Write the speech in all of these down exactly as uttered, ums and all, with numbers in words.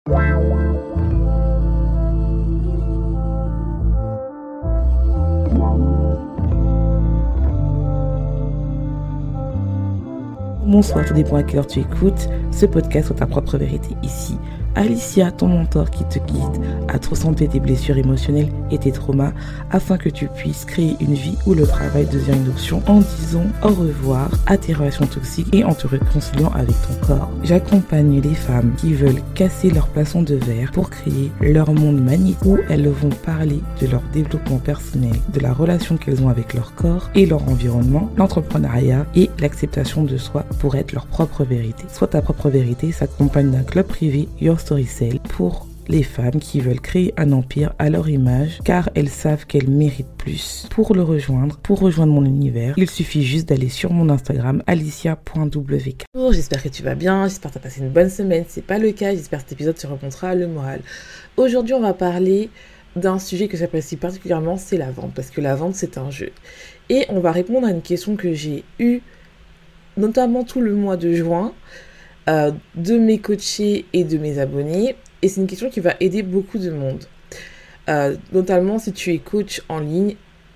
Bonsoir, tout dépend à quelle heure tu écoutes ce podcast sur ta propre vérité. Ici, Alicia, ton mentor qui te guide à transcender tes blessures émotionnelles et tes traumas afin que tu puisses créer une vie où le travail devient une option en disant au revoir à tes relations toxiques et en te réconciliant avec ton corps. J'accompagne les femmes qui veulent casser leur plafond de verre pour créer leur monde magnétique où elles vont parler de leur développement personnel, de la relation qu'elles ont avec leur corps et leur environnement, l'entrepreneuriat et l'acceptation de soi pour être leur propre vérité. Soit ta propre vérité s'accompagne d'un club privé Your Story Cell pour les femmes qui veulent créer un empire à leur image car elles savent qu'elles méritent plus. Pour le rejoindre, pour rejoindre mon univers, il suffit juste d'aller sur mon Instagram alicia point w k. Bonjour, j'espère que tu vas bien, j'espère que tu as passé une bonne semaine. Si c'est pas le cas, j'espère que cet épisode te remontera le moral. Aujourd'hui, on va parler d'un sujet que j'apprécie particulièrement, c'est la vente, parce que la vente, c'est un jeu. Et on va répondre à une question que j'ai eue notamment tout le mois de juin, euh, de mes coachés et de mes abonnés. Et c'est une question qui va aider beaucoup de monde. Euh, notamment si tu es coach en ligne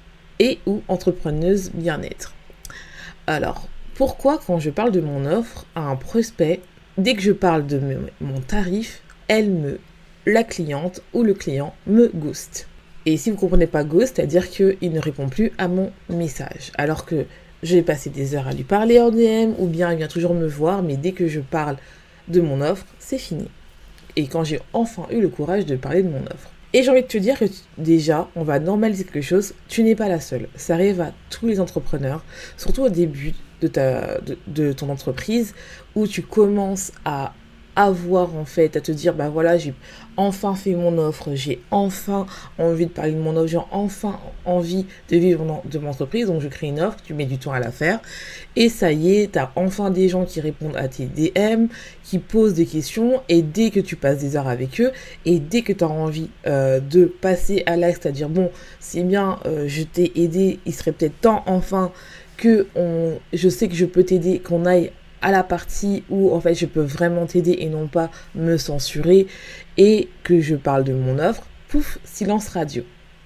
et ou entrepreneuse bien-être. Alors, pourquoi quand je parle de mon offre à un prospect, dès que je parle de me, mon tarif, elle me, la cliente ou le client me ghost. Et si vous ne comprenez pas ghost, c'est-à-dire qu'il ne répond plus à mon message. Alors que je vais passer des heures à lui parler en D M ou bien il vient toujours me voir, mais dès que je parle de mon offre, c'est fini. Et quand j'ai enfin eu le courage de parler de mon offre. Et j'ai envie de te dire que déjà, on va normaliser quelque chose, tu n'es pas la seule. Ça arrive à tous les entrepreneurs, surtout au début de, ta, de, de ton entreprise, où tu commences à avoir en fait, à te dire, bah voilà, j'ai enfin fait mon offre, j'ai enfin envie de parler de mon offre, j'ai enfin envie de vivre de mon entreprise, donc je crée une offre, tu mets du temps à la faire, et ça y est, t'as enfin des gens qui répondent à tes D M, qui posent des questions, et dès que tu passes des heures avec eux, et dès que tu as envie euh, de passer à l'acte, c'est-à-dire, bon, c'est bien, euh, je t'ai aidé, il serait peut-être temps enfin que on, je sais que je peux t'aider, qu'on aille à la partie où en fait je peux vraiment t'aider et non pas me censurer et que je parle de mon offre, pouf, silence radio.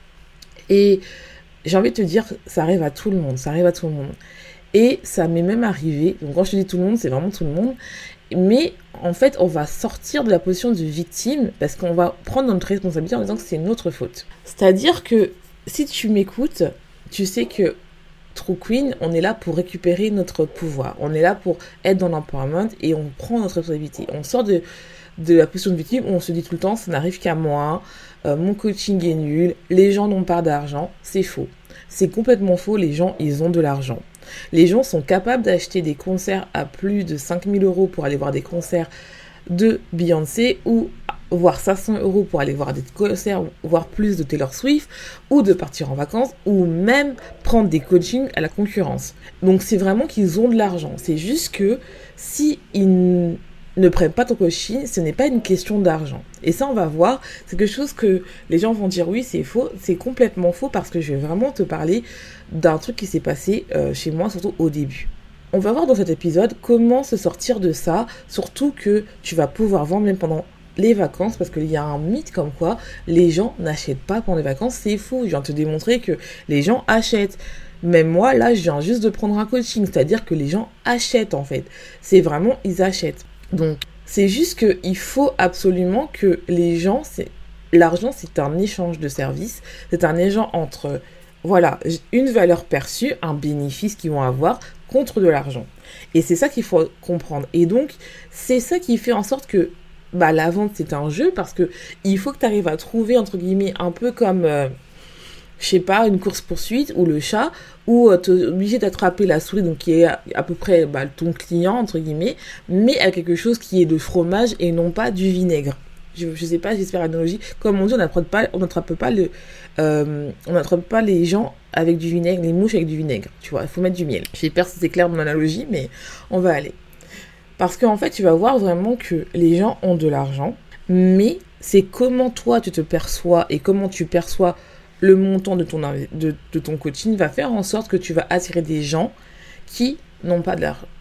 Et j'ai envie de te dire, ça arrive à tout le monde, ça arrive à tout le monde. Et ça m'est même arrivé, donc quand je te dis tout le monde, c'est vraiment tout le monde, mais en fait on va sortir de la position de victime parce qu'on va prendre notre responsabilité en disant que c'est notre faute. C'est-à-dire que si tu m'écoutes, tu sais que True Queen, on est là pour récupérer notre pouvoir. On est là pour être dans l'empowerment et on prend notre responsabilité. On sort de, de la position de victime où on se dit tout le temps, ça n'arrive qu'à moi, euh, mon coaching est nul, les gens n'ont pas d'argent. C'est faux. C'est complètement faux, les gens, ils ont de l'argent. Les gens sont capables d'acheter des concerts à plus de cinq mille euros pour aller voir des concerts de Beyoncé ou voire cinq cents euros pour aller voir des concerts, voire plus de Taylor Swift, ou de partir en vacances, ou même prendre des coachings à la concurrence. Donc c'est vraiment qu'ils ont de l'argent. C'est juste que si ils ne prennent pas ton coaching, ce n'est pas une question d'argent. Et ça, on va voir, c'est quelque chose que les gens vont dire oui, c'est faux. C'est complètement faux parce que je vais vraiment te parler d'un truc qui s'est passé euh, chez moi, surtout au début. On va voir dans cet épisode comment se sortir de ça, surtout que tu vas pouvoir vendre même pendant les vacances, parce qu'il y a un mythe comme quoi les gens n'achètent pas pendant les vacances. C'est faux, je viens de te démontrer que les gens achètent. Même moi, là, je viens juste de prendre un coaching, c'est-à-dire que les gens achètent en fait. C'est vraiment, ils achètent. Donc, c'est juste qu'il faut absolument que les gens, c'est... l'argent, c'est un échange de services, c'est un échange entre, voilà, une valeur perçue, un bénéfice qu'ils vont avoir contre de l'argent. Et c'est ça qu'il faut comprendre. Et donc, c'est ça qui fait en sorte que bah, la vente, c'est un jeu parce que il faut que tu arrives à trouver, entre guillemets, un peu comme, euh, je sais pas, une course-poursuite ou le chat, où euh, tu es obligé d'attraper la souris, donc qui est à, à peu près bah, ton client, entre guillemets, mais à quelque chose qui est de fromage et non pas du vinaigre. Je, je sais pas, j'espère l'analogie. Comme on dit, on n'attrape pas, on n'attrape pas le, euh, on n'attrape pas les gens avec du vinaigre, les mouches avec du vinaigre. Tu vois, il faut mettre du miel. J'espère que c'est clair mon analogie, mais on va aller. Parce qu'en fait, tu vas voir vraiment que les gens ont de l'argent, mais c'est comment toi tu te perçois et comment tu perçois le montant de ton, de, de ton coaching va faire en sorte que tu vas attirer des gens qui n'ont pas de l'argent,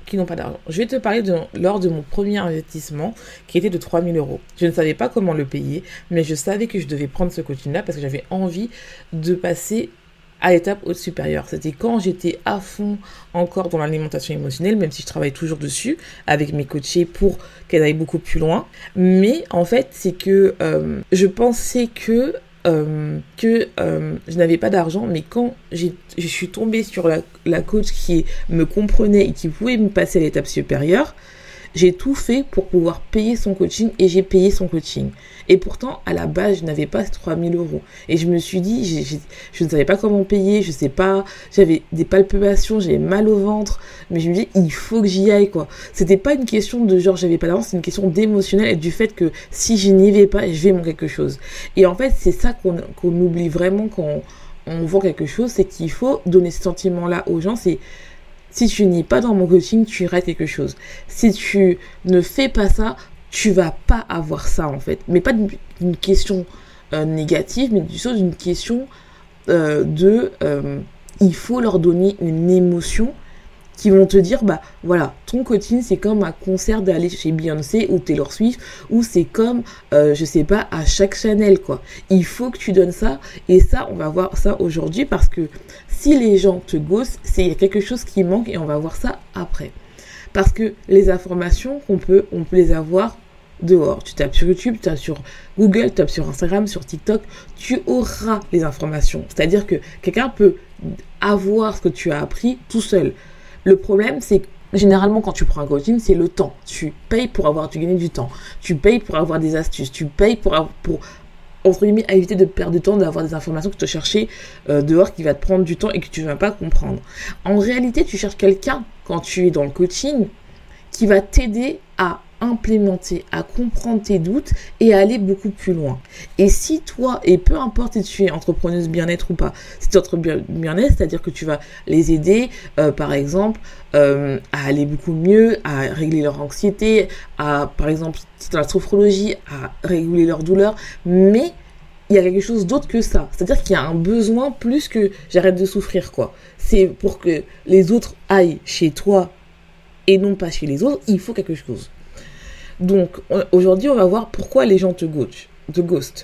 qui n'ont pas d'argent. Je vais te parler de lors de mon premier investissement qui était de trois mille euros. Je ne savais pas comment le payer, mais je savais que je devais prendre ce coaching-là parce que j'avais envie de passer à l'étape haute supérieure. C'était quand j'étais à fond encore dans l'alimentation émotionnelle, même si je travaille toujours dessus avec mes coachés pour qu'elles aillent beaucoup plus loin. Mais en fait, c'est que euh, je pensais que Euh, que euh, je n'avais pas d'argent, mais quand j'ai, je suis tombée sur la, la coach qui me comprenait et qui pouvait me passer à l'étape supérieure, j'ai tout fait pour pouvoir payer son coaching et j'ai payé son coaching. Et pourtant, à la base, je n'avais pas trois mille euros. Et je me suis dit, j'ai, j'ai, je ne savais pas comment payer, je sais pas, j'avais des palpitations, j'avais mal au ventre, mais je me dis, il faut que j'y aille, quoi. C'était pas une question de genre, j'avais pas d'argent, c'est une question d'émotionnel et du fait que si je n'y vais pas, je vais manquer quelque chose. Et en fait, c'est ça qu'on, qu'on oublie vraiment quand on, on vend quelque chose, c'est qu'il faut donner ce sentiment-là aux gens, c'est si tu n'y es pas dans mon coaching, tu rates quelque chose. Si tu ne fais pas ça, tu vas pas avoir ça en fait. Mais pas d'une question euh, négative, mais plutôt d'une question euh, de... Euh, il faut leur donner une émotion qui vont te dire, bah voilà, ton coaching c'est comme un concert d'aller chez Beyoncé ou Taylor Swift, ou c'est comme, euh, je sais pas, à chaque Chanel quoi. Il faut que tu donnes ça, et ça, on va voir ça aujourd'hui parce que si les gens te ghostent, c'est il y a quelque chose qui manque et on va voir ça après. Parce que les informations qu'on peut, on peut les avoir dehors. Tu tapes sur YouTube, tu tapes sur Google, tu tapes sur Instagram, sur TikTok, tu auras les informations. C'est-à-dire que quelqu'un peut avoir ce que tu as appris tout seul. Le problème, c'est que généralement, quand tu prends un coaching, c'est le temps. Tu payes pour avoir, tu gagnes du temps. Tu payes pour avoir des astuces. Tu payes pour, pour entre guillemets, éviter de perdre du temps, d'avoir des informations que tu vas chercher euh, dehors qui va te prendre du temps et que tu ne vas pas comprendre. En réalité, tu cherches quelqu'un, quand tu es dans le coaching, qui va t'aider à implémenter, à comprendre tes doutes et à aller beaucoup plus loin. Et si toi, et peu importe si tu es entrepreneuse bien-être ou pas, si tu es entrepreneuse bien-être, c'est-à-dire que tu vas les aider, euh, par exemple, euh, à aller beaucoup mieux, à régler leur anxiété, à, par exemple, si dans la sophrologie, à réguler leur douleur, mais il y a quelque chose d'autre que ça. C'est-à-dire qu'il y a un besoin plus que j'arrête de souffrir, quoi. C'est pour que les autres aillent chez toi et non pas chez les autres, il faut quelque chose. Donc, aujourd'hui, on va voir pourquoi les gens te ghostent. Te ghostent.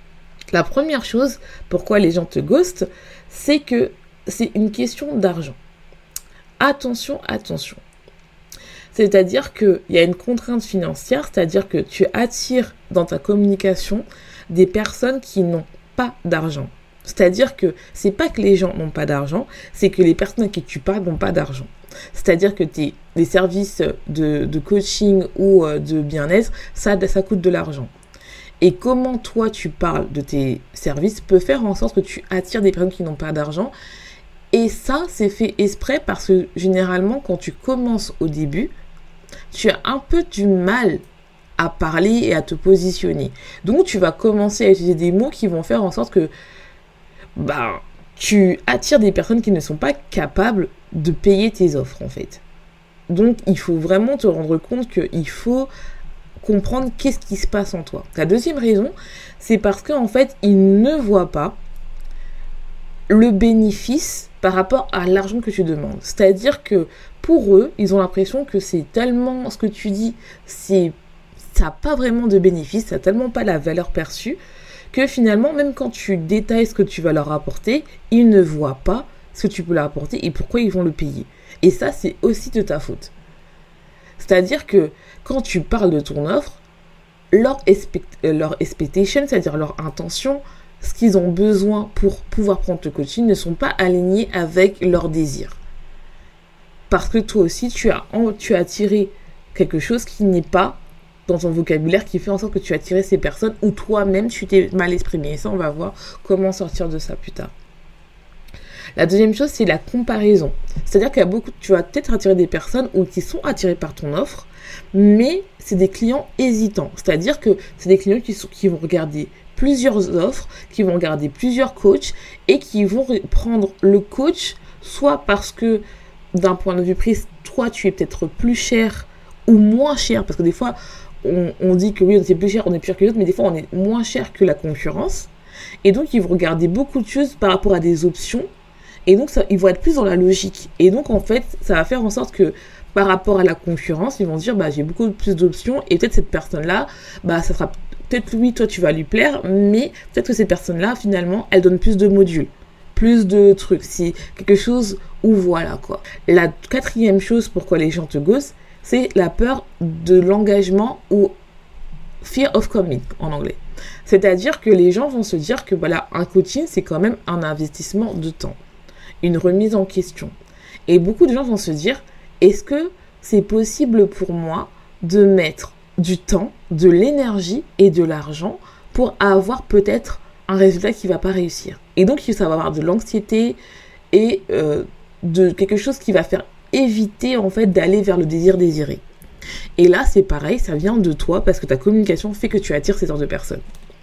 La première chose, pourquoi les gens te ghostent, c'est que c'est une question d'argent. Attention, attention. C'est-à-dire qu'il y a une contrainte financière, c'est-à-dire que tu attires dans ta communication des personnes qui n'ont pas d'argent. C'est-à-dire que c'est pas que les gens n'ont pas d'argent, c'est que les personnes à qui tu parles n'ont pas d'argent. C'est-à-dire que tes, les services de, de coaching ou de bien-être, ça, ça coûte de l'argent. Et comment toi tu parles de tes services peut faire en sorte que tu attires des personnes qui n'ont pas d'argent. Et ça, c'est fait exprès parce que généralement, quand tu commences au début, tu as un peu du mal à parler et à te positionner. Donc, tu vas commencer à utiliser des mots qui vont faire en sorte que bah, tu attires des personnes qui ne sont pas capables de payer tes offres, en fait. Donc, il faut vraiment te rendre compte qu'il faut comprendre qu'est-ce qui se passe en toi. La deuxième raison, c'est parce qu'en fait, ils ne voient pas le bénéfice par rapport à l'argent que tu demandes. C'est-à-dire que pour eux, ils ont l'impression que c'est tellement, ce que tu dis, c'est, ça n'a pas vraiment de bénéfice, ça n'a tellement pas la valeur perçue, que finalement, même quand tu détailles ce que tu vas leur apporter, ils ne voient pas ce que tu peux leur apporter et pourquoi ils vont le payer. Et ça, c'est aussi de ta faute. C'est-à-dire que quand tu parles de ton offre, leur, expect- leur expectation, c'est-à-dire leur intention, ce qu'ils ont besoin pour pouvoir prendre le coaching, ne sont pas alignés avec leurs désirs. Parce que toi aussi, tu as, tu as attiré quelque chose qui n'est pas dans ton vocabulaire, qui fait en sorte que tu as attiré ces personnes ou toi-même, tu t'es mal exprimé. Et ça, on va voir comment sortir de ça plus tard. La deuxième chose, c'est la comparaison. C'est-à-dire qu'il y a beaucoup, tu vas peut-être attirer des personnes ou qui sont attirées par ton offre, mais c'est des clients hésitants. C'est-à-dire que c'est des clients qui, sont, qui vont regarder plusieurs offres, qui vont regarder plusieurs coachs et qui vont prendre le coach soit parce que d'un point de vue prix, toi, tu es peut-être plus cher ou moins cher, parce que des fois, on, on dit que oui, c'est plus cher, on est plus cher que les autres, mais des fois, on est moins cher que la concurrence. Et donc, ils vont regarder beaucoup de choses par rapport à des options. Et donc, ça, ils vont être plus dans la logique. Et donc, en fait, ça va faire en sorte que par rapport à la concurrence, ils vont dire, bah, j'ai beaucoup plus d'options et peut-être cette personne-là, bah, ça sera peut-être oui, toi, tu vas lui plaire, mais peut-être que ces personnes-là, finalement, elles donnent plus de modules, plus de trucs. C'est quelque chose où voilà, quoi. La quatrième chose pourquoi les gens te ghostent, c'est la peur de l'engagement ou fear of commitment en anglais. C'est-à-dire que les gens vont se dire que voilà, un coaching, c'est quand même un investissement de temps, une remise en question. Et beaucoup de gens vont se dire, est-ce que c'est possible pour moi de mettre du temps, de l'énergie et de l'argent pour avoir peut-être un résultat qui ne va pas réussir? Et donc, ça va avoir de l'anxiété et euh, de quelque chose qui va faire éviter en fait d'aller vers le désir désiré. Et là, c'est pareil, ça vient de toi parce que ta communication fait que tu attires ces sortes de personnes.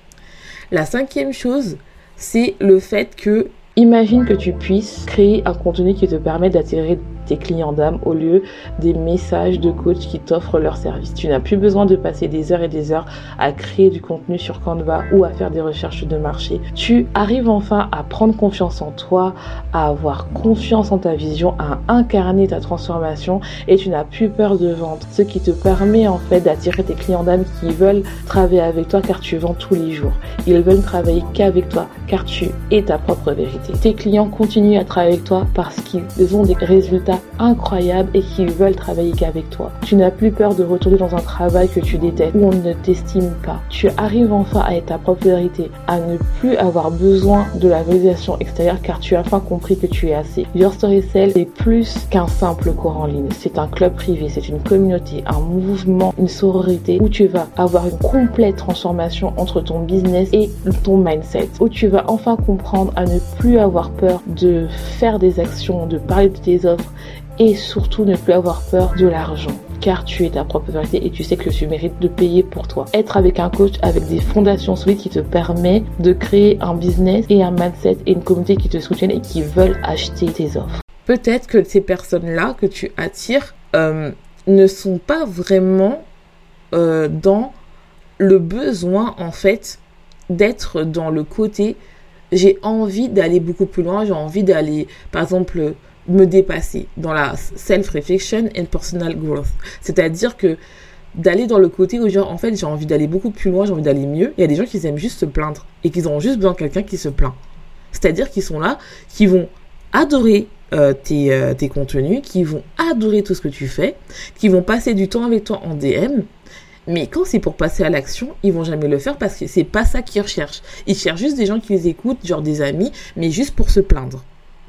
La cinquième chose, c'est le fait que, imagine que tu puisses créer un contenu qui te permet d'attirer tes clients d'âme au lieu des messages de coach qui t'offrent leur service. Tu n'as plus besoin de passer des heures et des heures à créer du contenu sur Canva ou à faire des recherches de marché. Tu arrives enfin à prendre confiance en toi, à avoir confiance en ta vision, à incarner ta transformation et tu n'as plus peur de vendre. Ce qui te permet en fait d'attirer tes clients d'âme qui veulent travailler avec toi car tu vends tous les jours. Ils veulent travailler qu'avec toi car tu es ta propre vérité. Tes clients continuent à travailler avec toi parce qu'ils ont des résultats incroyables et qu'ils veulent travailler qu'avec toi. Tu n'as plus peur de retourner dans un travail que tu détestes où on ne t'estime pas. Tu arrives enfin à être ta propre vérité, à ne plus avoir besoin de la validation extérieure car tu as enfin compris que tu es assez. Your Story Sell est plus qu'un simple cours en ligne. C'est un club privé, c'est une communauté, un mouvement, une sororité où tu vas avoir une complète transformation entre ton business et ton mindset. Où tu vas enfin comprendre à ne plus avoir peur de faire des actions, de parler de tes offres et surtout ne plus avoir peur de l'argent car tu es ta propre vérité et tu sais que tu mérites de payer pour toi. Être avec un coach avec des fondations solides qui te permet de créer un business et un mindset et une communauté qui te soutiennent et qui veulent acheter tes offres. Peut-être que ces personnes-là que tu attires euh, ne sont pas vraiment euh, dans le besoin en fait d'être dans le côté j'ai envie d'aller beaucoup plus loin, j'ai envie d'aller par exemple me dépasser dans la self-reflection and personal growth. C'est-à-dire que d'aller dans le côté où genre, en fait, j'ai envie d'aller beaucoup plus loin, j'ai envie d'aller mieux. Il y a des gens qui aiment juste se plaindre et qui ont juste besoin de quelqu'un qui se plaint. C'est-à-dire qu'ils sont là, qui vont adorer euh, tes, euh, tes contenus, qui vont adorer tout ce que tu fais, qui vont passer du temps avec toi en D M. Mais quand c'est pour passer à l'action, ils vont jamais le faire parce que c'est pas ça qu'ils recherchent. Ils cherchent juste des gens qui les écoutent, genre des amis, mais juste pour se plaindre.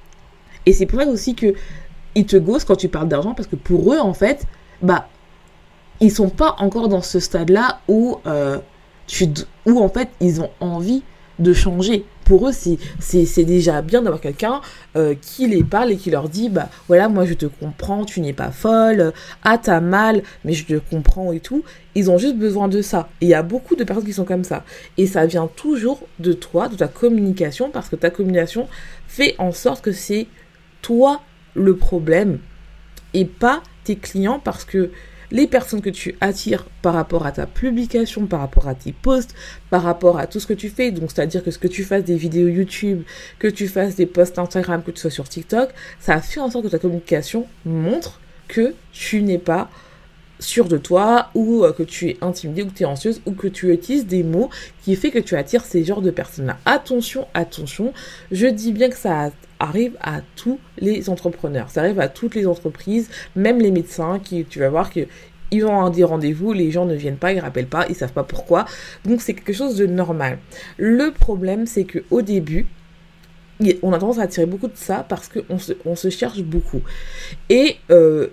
Et c'est pour ça aussi que ils te ghostent quand tu parles d'argent parce que pour eux, en fait, bah, ils sont pas encore dans ce stade-là où, euh, tu, où en fait, ils ont envie de changer. Pour eux, c'est, c'est, c'est déjà bien d'avoir quelqu'un euh, qui les parle et qui leur dit, bah, voilà, moi, je te comprends, tu n'es pas folle, ah, t'as mal, mais je te comprends et tout. Ils ont juste besoin de ça. Et il y a beaucoup de personnes qui sont comme ça. Et ça vient toujours de toi, de ta communication, parce que ta communication fait en sorte que c'est toi le problème et pas tes clients, parce que les personnes que tu attires par rapport à ta publication, par rapport à tes posts, par rapport à tout ce que tu fais, donc c'est-à-dire que ce que tu fasses des vidéos YouTube, que tu fasses des posts Instagram, que tu sois sur TikTok, ça fait en sorte que ta communication montre que tu n'es pas sûre de toi ou que tu es intimidée ou que tu es anxieuse ou que tu utilises des mots qui fait que tu attires ces genres de personnes-là. Attention, attention, je dis bien que ça arrive à tous les entrepreneurs, ça arrive à toutes les entreprises, même les médecins qui, tu vas voir que ils ont des rendez-vous, les gens ne viennent pas, ils rappellent pas, ils savent pas pourquoi, donc c'est quelque chose de normal. Le problème, c'est que au début, on a tendance à attirer beaucoup de ça parce qu'on se, on se cherche beaucoup. Et euh,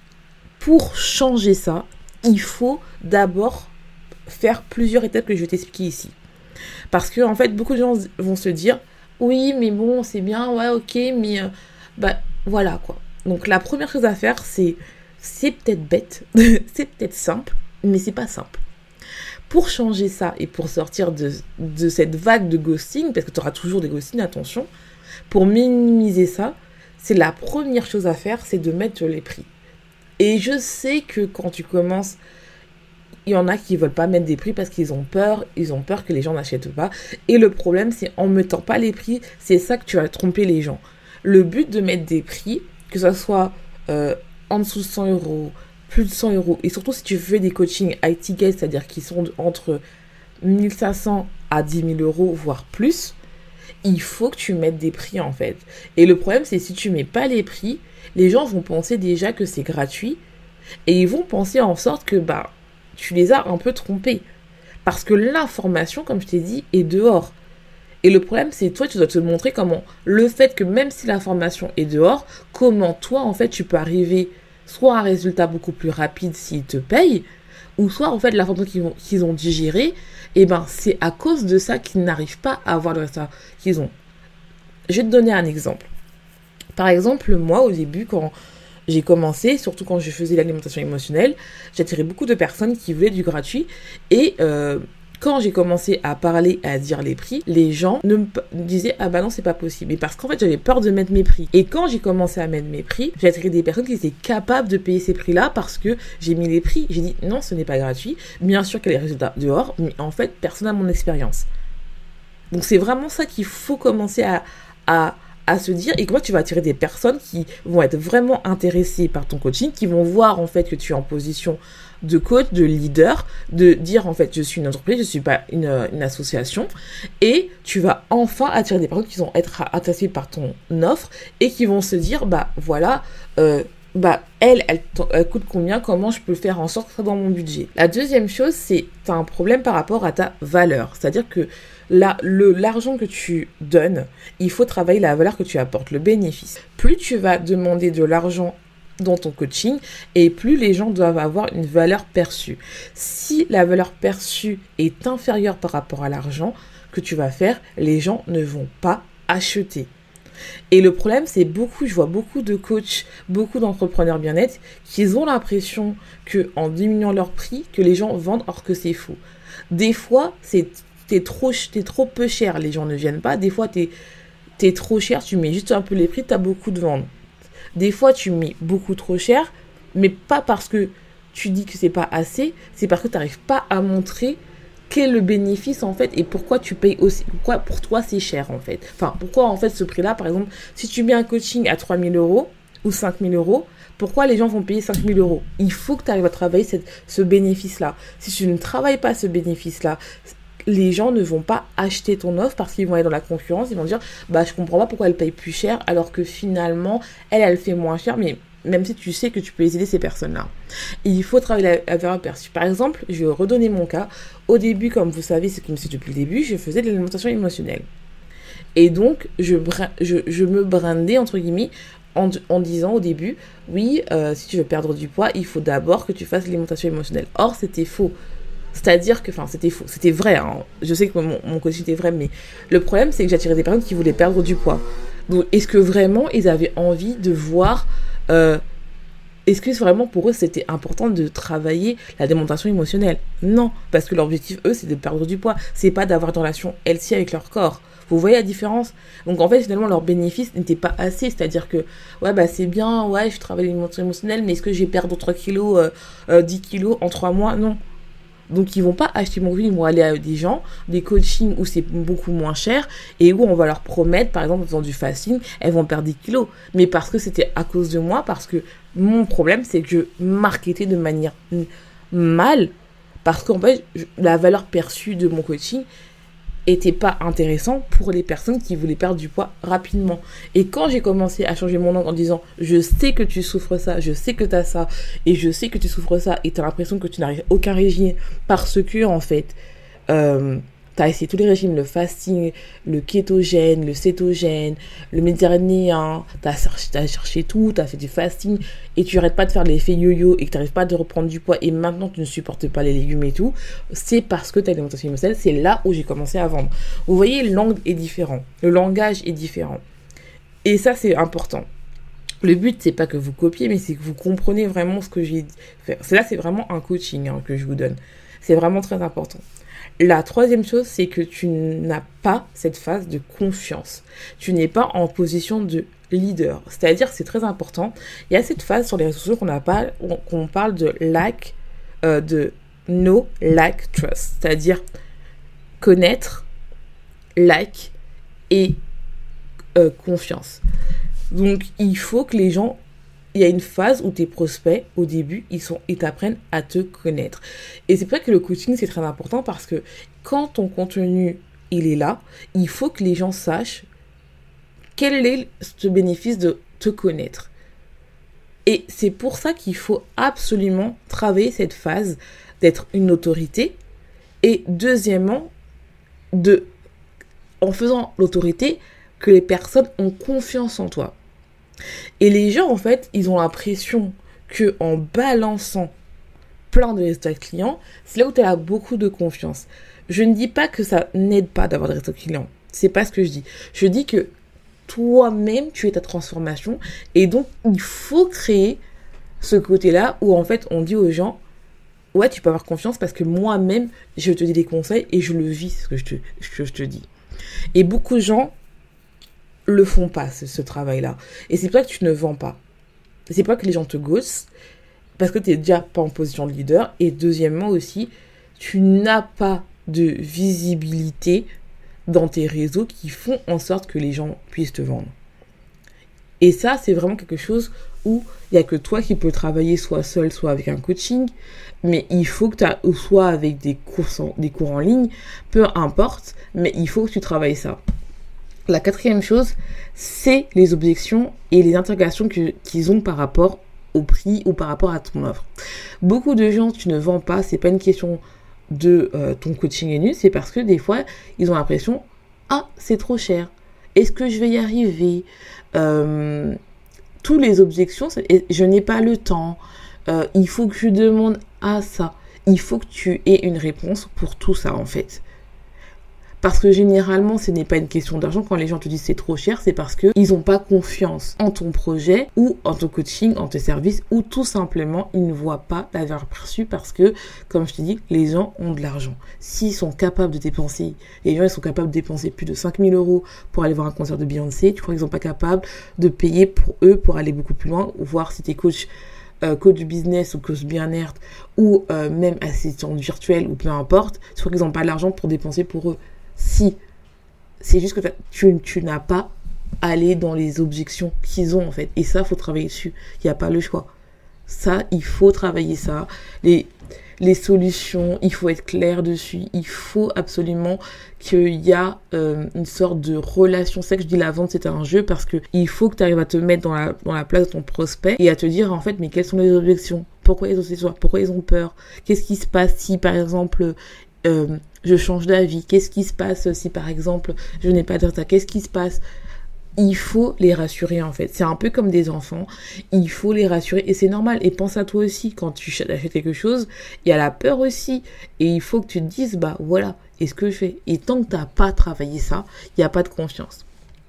pour changer ça, il faut d'abord faire plusieurs étapes que je vais t'expliquer ici. Parce que en fait, beaucoup de gens vont se dire oui, mais bon, c'est bien, ouais, ok, mais euh, bah voilà quoi. Donc la première chose à faire, c'est c'est peut-être bête, c'est peut-être simple, mais c'est pas simple. Pour changer ça et pour sortir de, de cette vague de ghosting, parce que tu auras toujours des ghostings, attention, pour minimiser ça, c'est la première chose à faire, c'est de mettre les prix. Et je sais que quand tu commences, il y en a qui ne veulent pas mettre des prix parce qu'ils ont peur, ils ont peur que les gens n'achètent pas. Et le problème, c'est en ne mettant pas les prix, c'est ça que tu vas tromper les gens. Le but de mettre des prix, que ce soit euh, en dessous de cent euros, plus de cent euros, et surtout si tu fais des coachings I T guest, c'est-à-dire qui sont entre mille cinq cents à dix mille euros, voire plus, il faut que tu mettes des prix en fait. Et le problème, c'est si tu mets pas les prix, les gens vont penser déjà que c'est gratuit et ils vont penser en sorte que bah tu les as un peu trompés. Parce que l'information, comme je t'ai dit, est dehors. Et le problème, c'est toi, tu dois te montrer comment le fait que même si l'information est dehors, comment toi, en fait, tu peux arriver soit à un résultat beaucoup plus rapide s'ils te payent, ou soit, en fait, l'information qu'ils, vont, qu'ils ont digérée, et ben, c'est à cause de ça qu'ils n'arrivent pas à avoir le résultat qu'ils ont. Je vais te donner un exemple. Par exemple, moi, au début, quand j'ai commencé, surtout quand je faisais l'alimentation émotionnelle, j'attirais beaucoup de personnes qui voulaient du gratuit. Et euh, quand j'ai commencé à parler, à dire les prix, les gens ne me disaient « Ah bah non, c'est pas possible ». Et parce qu'en fait, j'avais peur de mettre mes prix. Et quand j'ai commencé à mettre mes prix, j'ai attiré des personnes qui étaient capables de payer ces prix-là parce que j'ai mis les prix. J'ai dit « Non, ce n'est pas gratuit. Bien sûr qu'il y a les résultats dehors, mais en fait, personne n'a mon expérience ». Donc c'est vraiment ça qu'il faut commencer à... à à se dire, et comment tu vas attirer des personnes qui vont être vraiment intéressées par ton coaching, qui vont voir en fait que tu es en position de coach, de leader, de dire en fait je suis une entreprise, je suis pas une, une association, et tu vas enfin attirer des personnes qui vont être intéressées par ton offre et qui vont se dire bah voilà, euh, bah elle, elle, elle coûte combien, comment je peux faire en sorte que ça soit dans mon budget. La deuxième chose, c'est tu as un problème par rapport à ta valeur, c'est-à-dire que Là, le, l'argent que tu donnes, il faut travailler la valeur que tu apportes, le bénéfice. Plus tu vas demander de l'argent dans ton coaching, et plus les gens doivent avoir une valeur perçue. Si la valeur perçue est inférieure par rapport à l'argent que tu vas faire, les gens ne vont pas acheter. Et le problème, c'est beaucoup, je vois beaucoup de coachs, beaucoup d'entrepreneurs bien-être qui ont l'impression qu'en diminuant leur prix, que les gens vendent, or que c'est faux. Des fois, c'est T'es trop, t'es trop peu cher, les gens ne viennent pas. Des fois, t'es, t'es trop cher, tu mets juste un peu les prix, t'as beaucoup de ventes. Des fois, tu mets beaucoup trop cher, mais pas parce que tu dis que c'est pas assez, c'est parce que t'arrives pas à montrer quel est le bénéfice, en fait, et pourquoi tu payes aussi, pourquoi pour toi c'est cher, en fait. Enfin, pourquoi, en fait, ce prix-là, par exemple, si tu mets un coaching à trois mille euros ou cinq mille euros, pourquoi les gens vont payer cinq mille euros? Il faut que tu arrives à travailler cette, ce bénéfice-là. Si tu ne travailles pas ce bénéfice-là, les gens ne vont pas acheter ton offre parce qu'ils vont être dans la concurrence, ils vont dire bah je comprends pas pourquoi elle paye plus cher alors que finalement elle elle fait moins cher, mais même si tu sais que tu peux aider ces personnes-là. Et il faut travailler la, la valeur perçue. Par exemple, je vais redonner mon cas. Au début, comme vous savez, ce qui me suit depuis le début, je faisais de l'alimentation émotionnelle. Et donc je, je, je me brandais entre guillemets en, en disant au début oui, euh, si tu veux perdre du poids, il faut d'abord que tu fasses l'alimentation émotionnelle. Or, c'était faux. C'est-à-dire que, enfin, c'était faux, c'était vrai, hein. Je sais que mon, mon coaching était vrai, mais le problème, c'est que j'attirais des personnes qui voulaient perdre du poids. Donc, est-ce que vraiment, ils avaient envie de voir, euh, est-ce que vraiment, pour eux, c'était important de travailler la démonstration émotionnelle? Non, parce que leur objectif, eux, c'est de perdre du poids, c'est pas d'avoir une relation healthy avec leur corps. Vous voyez la différence? Donc, en fait, finalement, leur bénéfice n'était pas assez, c'est-à-dire que, ouais, bah, c'est bien, ouais, je travaille l'alimentation émotionnelle, mais est-ce que je vais perdre trois kilos, euh, euh, dix kilos en trois mois? Non. Donc, ils vont pas acheter mon coaching, ils vont aller à des gens, des coachings où c'est beaucoup moins cher et où on va leur promettre, par exemple, en faisant du fasting, elles vont perdre dix kilos. Mais parce que c'était à cause de moi, parce que mon problème, c'est que je marketais de manière mal, parce qu'en fait, la valeur perçue de mon coaching était pas intéressant pour les personnes qui voulaient perdre du poids rapidement. Et quand j'ai commencé à changer mon langue en disant je sais que tu souffres ça, je sais que tu as ça et je sais que tu souffres ça et tu as l'impression que tu n'arrives aucun régime parce que en fait euh, tu as essayé tous les régimes, le fasting, le kétogène, le cétogène, le méditerranéen, tu as cherché, t'as cherché tout, tu as fait du fasting et tu n'arrêtes pas de faire l'effet yo-yo et que tu n'arrives pas de reprendre du poids et maintenant tu ne supportes pas les légumes et tout, c'est parce que tu as une alimentation émotionnelle, c'est là où j'ai commencé à vendre. Vous voyez, l'angle est différent, le langage est différent. Et ça, c'est important. Le but, c'est pas que vous copiez, mais c'est que vous comprenez vraiment ce que j'ai fait. C'est là, c'est vraiment un coaching hein, que je vous donne. C'est vraiment très important. La troisième chose, c'est que tu n'as pas cette phase de confiance. Tu n'es pas en position de leader. C'est-à-dire, c'est très important. Il y a cette phase sur les réseaux sociaux qu'on a pas, qu'on parle de lack, euh, de know, like, trust. C'est-à-dire connaître, like et euh, confiance. Donc, il faut que les gens il y a une phase où tes prospects, au début, ils, sont, ils t'apprennent à te connaître. Et c'est pour ça que le coaching, c'est très important parce que quand ton contenu, il est là, il faut que les gens sachent quel est ce bénéfice de te connaître. Et c'est pour ça qu'il faut absolument travailler cette phase d'être une autorité. Et deuxièmement, de, en faisant l'autorité, que les personnes ont confiance en toi. Et les gens, en fait, ils ont l'impression qu'en balançant plein de résultats clients, c'est là où tu as beaucoup de confiance. Je ne dis pas que ça n'aide pas d'avoir des résultats clients. C'est pas ce que je dis. Je dis que toi-même, tu es ta transformation. Et donc, il faut créer ce côté-là où, en fait, on dit aux gens, ouais, tu peux avoir confiance parce que moi-même, je te dis des conseils et je le vis, ce que je te, ce que je te dis. Et beaucoup de gens le font pas, ce, ce travail-là. Et c'est pour ça que tu ne vends pas. C'est pas que les gens te ghostent, parce que tu es déjà pas en position de leader. Et deuxièmement aussi, tu n'as pas de visibilité dans tes réseaux qui font en sorte que les gens puissent te vendre. Et ça, c'est vraiment quelque chose où il n'y a que toi qui peux travailler soit seul, soit avec un coaching. Mais il faut que tu sois avec des cours, en, des cours en ligne, peu importe, mais il faut que tu travailles ça. La quatrième chose, c'est les objections et les interrogations que, qu'ils ont par rapport au prix ou par rapport à ton offre. Beaucoup de gens, tu ne vends pas, c'est pas une question de euh, ton coaching est nul, c'est parce que des fois, ils ont l'impression, ah, c'est trop cher. Est-ce que je vais y arriver ? euh, Toutes les objections, c'est, je n'ai pas le temps. Euh, il faut que je demande à ça. Il faut que tu aies une réponse pour tout ça, en fait. Parce que généralement, ce n'est pas une question d'argent. Quand les gens te disent c'est trop cher, c'est parce qu'ils n'ont pas confiance en ton projet ou en ton coaching, en tes services, ou tout simplement, ils ne voient pas la valeur perçue parce que, comme je te dis, les gens ont de l'argent. S'ils sont capables de dépenser, les gens ils sont capables de dépenser plus de cinq mille euros pour aller voir un concert de Beyoncé, tu crois qu'ils ne sont pas capables de payer pour eux pour aller beaucoup plus loin, ou voir si t'es coach Euh, coach business ou coach bien-être ou euh, même assistant virtuel ou peu importe, tu crois qu'ils n'ont pas l'argent pour dépenser pour eux. Si, c'est juste que tu, tu n'as pas allé dans les objections qu'ils ont en fait. Et ça, il faut travailler dessus. Il n'y a pas le choix. Ça, il faut travailler ça. Les, les solutions, il faut être clair dessus. Il faut absolument qu'il y a euh, une sorte de relation. C'est ça que je dis, la vente, c'est un jeu parce que il faut que tu arrives à te mettre dans la, dans la place de ton prospect et à te dire en fait, mais quelles sont les objections ? Pourquoi ils ont, pourquoi ils ont peur ? Qu'est-ce qui se passe si, par exemple, euh, je change d'avis ? Qu'est-ce qui se passe si, par exemple, je n'ai pas de résultat ? Qu'est-ce qui se passe ? Il faut les rassurer en fait. C'est un peu comme des enfants. Il faut les rassurer et c'est normal. Et pense à toi aussi quand tu achètes quelque chose. Il y a la peur aussi. Et il faut que tu te dises, bah voilà, est-ce que je fais ? Et tant que tu n'as pas travaillé ça, il n'y a pas de confiance.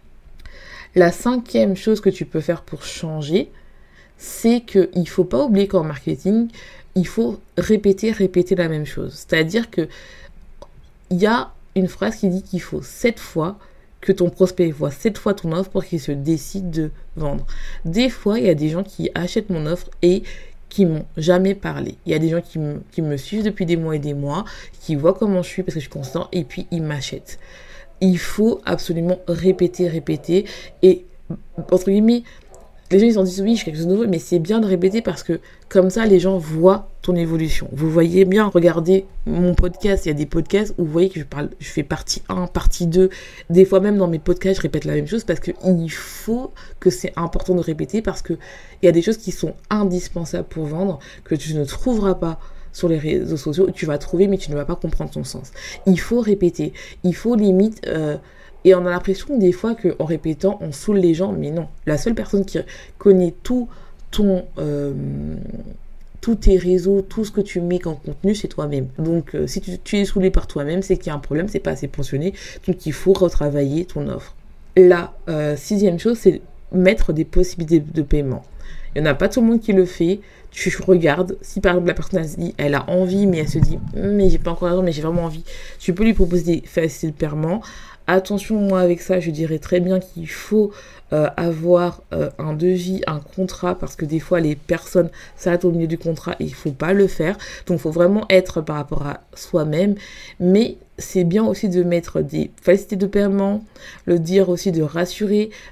La cinquième chose que tu peux faire pour changer, c'est qu'il ne faut pas oublier qu'en marketing, il faut répéter, répéter la même chose. C'est-à-dire que il y a une phrase qui dit qu'il faut sept fois que ton prospect voit sept fois ton offre pour qu'il se décide de vendre. Des fois, il y a des gens qui achètent mon offre et qui m'ont jamais parlé. Il y a des gens qui me, qui me suivent depuis des mois et des mois, qui voient comment je suis parce que je suis constant et puis ils m'achètent. Il faut absolument répéter, répéter et, entre guillemets, les gens ils en disent oui, je suis quelque chose de nouveau, mais c'est bien de répéter parce que comme ça, les gens voient ton évolution. Vous voyez bien, regardez mon podcast, il y a des podcasts où vous voyez que je parle, je fais partie un, partie deux. Des fois même dans mes podcasts, je répète la même chose parce que il faut que c'est important de répéter parce que il y a des choses qui sont indispensables pour vendre que tu ne trouveras pas sur les réseaux sociaux. Tu vas trouver, mais tu ne vas pas comprendre son sens. Il faut répéter. Il faut limite... Euh, Et on a l'impression des fois qu'en répétant, on saoule les gens. Mais non, la seule personne qui connaît tout ton, euh, tous tes réseaux, tout ce que tu mets en contenu, c'est toi-même. Donc, euh, si tu, tu es saoulé par toi-même, c'est qu'il y a un problème, c'est pas assez pensionné. Donc, il faut retravailler ton offre. La euh, sixième chose, c'est mettre des possibilités de paiement. Il n'y en a pas tout le monde qui le fait. Tu regardes, si par exemple la personne elle se dit, elle a envie, mais elle se dit, mais j'ai pas encore l'argent, mais j'ai vraiment envie. Tu peux lui proposer des facilités de paiement. Attention, moi avec ça, je dirais très bien qu'il faut euh, avoir euh, un devis, un contrat, parce que des fois les personnes s'arrêtent au milieu du contrat et il faut pas le faire. Donc il faut vraiment être par rapport à soi-même. Mais c'est bien aussi de mettre des facilités de paiement, le dire aussi de rassurer.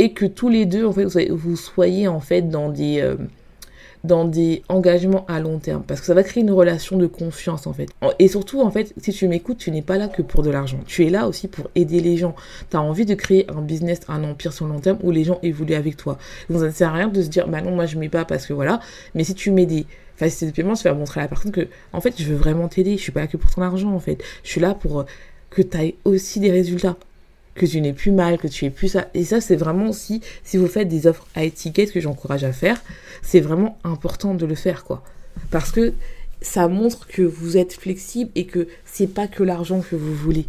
et que tous les deux, en fait, vous soyez en fait dans des... Euh, dans des engagements à long terme, parce que ça va créer une relation de confiance en fait. Et surtout en fait, si tu m'écoutes, tu n'es pas là que pour de l'argent, tu es là aussi pour aider les gens. Tu as envie de créer un business, un empire sur le long terme où les gens évoluent avec toi. Donc ça ne sert à rien de se dire bah non moi je mets pas parce que voilà, mais si tu mets des facilités de paiement, tu vas montrer à la personne que en fait je veux vraiment t'aider, je suis pas là que pour ton argent en fait, je suis là pour que tu aies aussi des résultats, que tu n'aies plus mal, que tu aies plus ça. Et ça, c'est vraiment aussi, si vous faites des offres à étiquette, que j'encourage à faire, c'est vraiment important de le faire, quoi. Parce que ça montre que vous êtes flexible et que c'est pas que l'argent que vous voulez.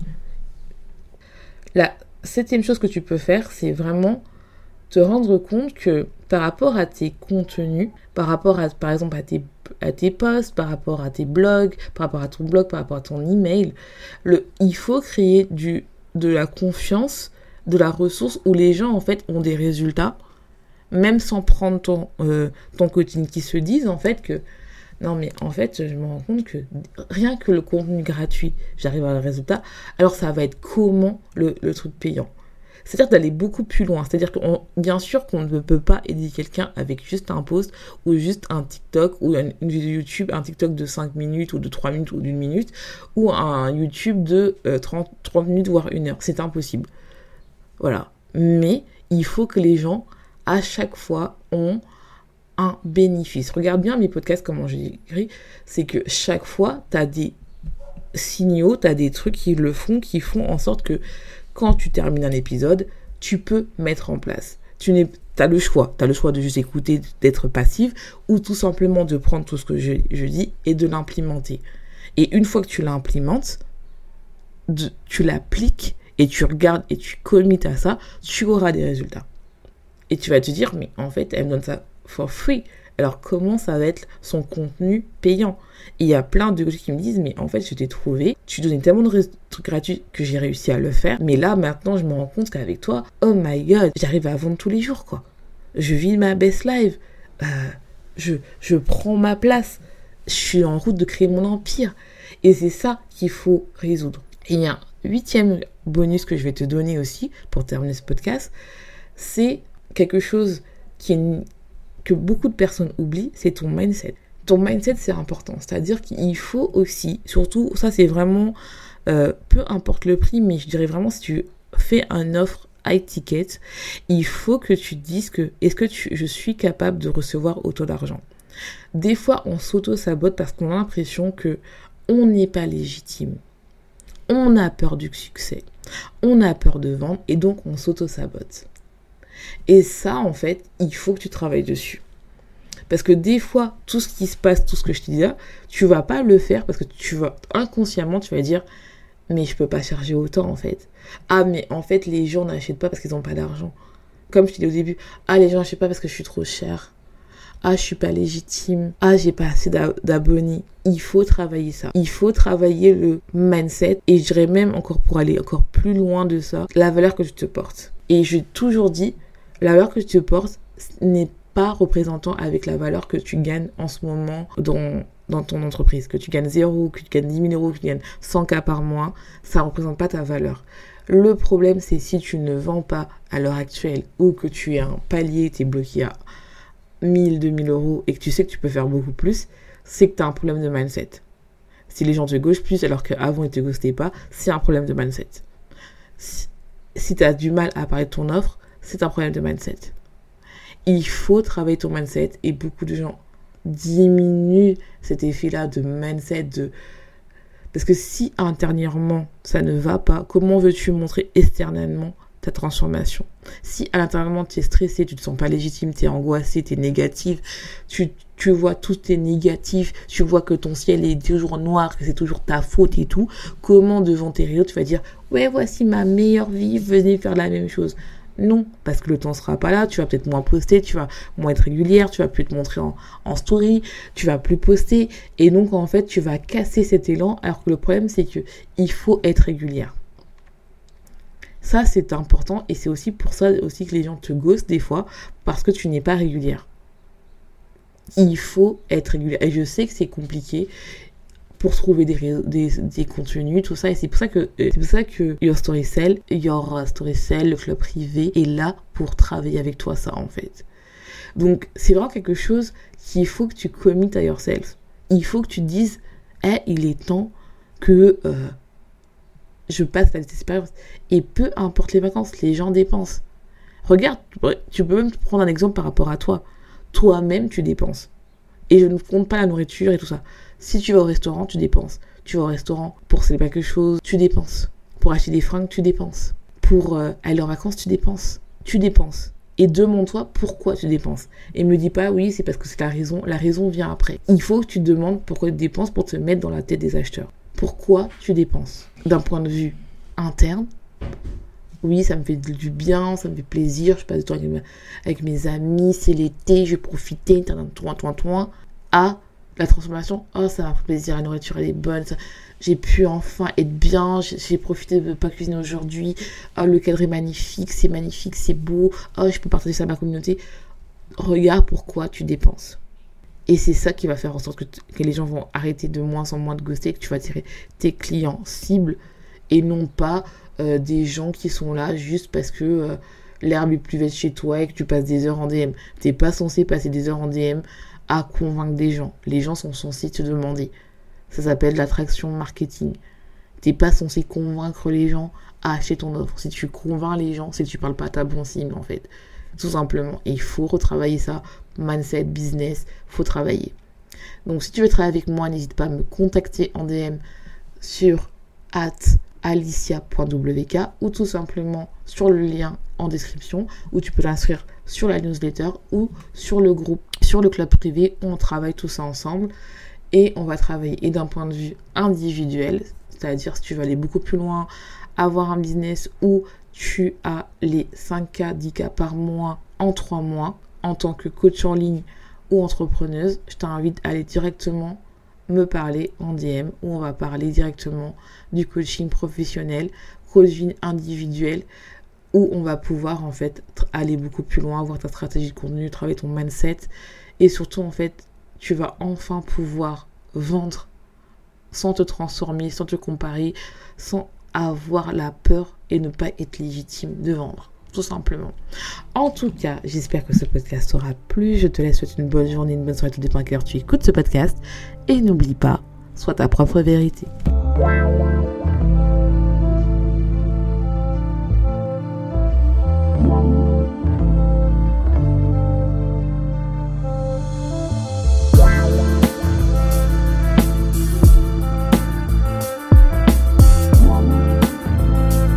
La septième chose que tu peux faire, c'est vraiment te rendre compte que par rapport à tes contenus, par rapport à, par exemple, à tes, à tes posts, par rapport à tes blogs, par rapport à ton blog, par rapport à ton email, le, il faut créer du de la confiance, de la ressource où les gens en fait ont des résultats, même sans prendre ton, euh, ton coaching, qui se disent en fait que non mais en fait je me rends compte que rien que le contenu gratuit, j'arrive à un résultat, alors ça va être comment le, le truc payant. C'est-à-dire d'aller beaucoup plus loin, c'est-à-dire que on, bien sûr qu'on ne peut pas aider quelqu'un avec juste un post ou juste un TikTok ou une, une vidéo YouTube, un TikTok de cinq minutes ou de trois minutes ou d'une minute ou un YouTube de euh, trente, trente minutes voire une heure, c'est impossible. Voilà, mais il faut que les gens à chaque fois ont un bénéfice. Regarde bien mes podcasts, comment j'ai écrit, c'est que chaque fois tu as des signaux, tu as des trucs qui le font, qui font en sorte que quand tu termines un épisode, tu peux mettre en place. Tu n'es, t'as le choix. Tu as le choix de juste écouter, d'être passive, ou tout simplement de prendre tout ce que je, je dis et de l'implémenter. Et une fois que tu l'implémentes, de, tu l'appliques et tu regardes et tu commites à ça, tu auras des résultats. Et tu vas te dire, mais en fait, elle me donne ça for free. Alors, comment ça va être son contenu payant? Et il y a plein de gens qui me disent, mais en fait, je t'ai trouvé, tu donnais tellement de trucs gratuits que j'ai réussi à le faire. Mais là, maintenant, je me rends compte qu'avec toi, oh my god, j'arrive à vendre tous les jours, quoi. Je vis ma best life. Euh, je, je prends ma place. Je suis en route de créer mon empire. Et c'est ça qu'il faut résoudre. Et il y a un huitième bonus que je vais te donner aussi, pour terminer ce podcast, c'est quelque chose qui est une que beaucoup de personnes oublient, c'est ton mindset. Ton mindset, c'est important. C'est-à-dire qu'il faut aussi, surtout, ça c'est vraiment, euh, peu importe le prix, mais je dirais vraiment si tu fais une offre high ticket, il faut que tu te dises que, est-ce que tu, je suis capable de recevoir autant d'argent? Des fois, on s'auto-sabote parce qu'on a l'impression que on n'est pas légitime. On a peur du succès. On a peur de vendre et donc on s'auto-sabote. Et ça, en fait, il faut que tu travailles dessus. Parce que des fois, tout ce qui se passe, tout ce que je te dis là, tu vas pas le faire parce que tu vas, inconsciemment, tu vas dire, mais je peux pas charger autant, en fait. Ah, mais en fait, les gens n'achètent pas parce qu'ils n'ont pas d'argent. Comme je te dis au début, ah, les gens n'achètent pas parce que je suis trop chère. Ah, je suis pas légitime. Ah, j'ai pas assez d'abonnés. Il faut travailler ça. Il faut travailler le mindset. Et je dirais même encore pour aller encore plus loin de ça, la valeur que tu te portes. Et j'ai toujours dit, la valeur que tu te portes n'est pas représentant avec la valeur que tu gagnes en ce moment dans, dans ton entreprise. Que tu gagnes zéro, que tu gagnes dix mille euros, que tu gagnes cent K par mois, ça ne représente pas ta valeur. Le problème, c'est si tu ne vends pas à l'heure actuelle ou que tu es un palier, tu es bloqué à mille, deux mille euros et que tu sais que tu peux faire beaucoup plus, c'est que tu as un problème de mindset. Si les gens te ghostent plus alors qu'avant ils te ghostaient pas, c'est un problème de mindset. Si, si tu as du mal à parler de ton offre, c'est un problème de mindset. Il faut travailler ton mindset et beaucoup de gens diminuent cet effet-là de mindset, de... parce que si intérieurement ça ne va pas, comment veux-tu montrer externellement ta transformation? Si à l'intérieur tu es stressé, tu te sens pas légitime, tu es angoissé, tu es négative, tu, tu vois tout est négatif, tu vois que ton ciel est toujours noir, que c'est toujours ta faute et tout, comment devant tes réseaux tu vas dire ouais voici ma meilleure vie, venez faire la même chose? Non, parce que le temps sera pas là, tu vas peut-être moins poster, tu vas moins être régulière, tu vas plus te montrer en, en story, tu vas plus poster, et donc en fait tu vas casser cet élan, alors que le problème c'est que il faut être régulière. Ça c'est important, et c'est aussi pour ça aussi que les gens te ghostent des fois, parce que tu n'es pas régulière. Il faut être régulière, et je sais que c'est compliqué. pour trouver des, réseaux, des, des contenus, tout ça. Et c'est pour ça que, c'est pour ça que Your Story Cell, Your Story Cell, le club privé, est là pour travailler avec toi, ça, en fait. Donc, c'est vraiment quelque chose qu'il faut que tu commit à yourself. Il faut que tu te dises, hey, il est temps que euh, je passe à cette expérience. Et peu importe les vacances, les gens dépensent. Regarde, tu peux même prendre un exemple par rapport à toi. Toi-même, tu dépenses. Et je ne compte pas la nourriture et tout ça. Si tu vas au restaurant, tu dépenses. Tu vas au restaurant pour célébrer quelque chose, tu dépenses. Pour acheter des fringues, tu dépenses. Pour euh, aller en vacances, tu dépenses. Tu dépenses. Et demande-toi pourquoi tu dépenses. Et me dis pas, oui, c'est parce que c'est la raison. La raison vient après. Il faut que tu te demandes pourquoi tu dépenses pour te mettre dans la tête des acheteurs. Pourquoi tu dépenses? D'un point de vue interne, oui, ça me fait du bien, ça me fait plaisir, je passe du temps avec mes, avec mes amis, c'est l'été, je vais profiter, toin, toin, toin, à la transformation, oh, ça m'a fait plaisir, la nourriture, elle est bonne, ça, j'ai pu enfin être bien, j'ai, j'ai profité de ne pas cuisiner aujourd'hui, oh, le cadre est magnifique, c'est magnifique, c'est beau, oh, je peux partager ça à ma communauté. Regarde pourquoi tu dépenses. Et c'est ça qui va faire en sorte que, t- que les gens vont arrêter de moins en moins de ghoster, que tu vas tirer tes clients cibles et non pas euh, des gens qui sont là juste parce que euh, l'herbe est plus verte chez toi et que tu passes des heures en D M. T'es pas censé passer des heures en D M à convaincre des gens. Les gens sont censés te demander. Ça s'appelle l'attraction marketing. T'es pas censé convaincre les gens à acheter ton offre. Si tu convaincs les gens, c'est que tu parles pas à ta bonne cible en fait. Tout simplement. Et il faut retravailler ça. Mindset, business, faut travailler. Donc si tu veux travailler avec moi, n'hésite pas à me contacter en D M sur arobase alicia point w k ou tout simplement sur le lien en description où tu peux t'inscrire sur la newsletter ou sur le groupe, sur le club privé où on travaille tout ça ensemble et on va travailler et d'un point de vue individuel, c'est-à-dire si tu veux aller beaucoup plus loin, avoir un business où tu as les cinq K, dix K par mois en trois mois en tant que coach en ligne ou entrepreneuse, je t'invite à aller directement me parler en D M où on va parler directement du coaching professionnel, coaching individuel où on va pouvoir en fait aller beaucoup plus loin, voir ta stratégie de contenu, travailler ton mindset et surtout en fait tu vas enfin pouvoir vendre sans te transformer, sans te comparer, sans avoir la peur et ne pas être légitime de vendre. Tout simplement. En tout cas, j'espère que ce podcast t'aura plu. Je te laisse souhaiter une bonne journée, une bonne soirée, tout dépend à quelle heure tu écoutes ce podcast. Et n'oublie pas, sois ta propre vérité. Wow.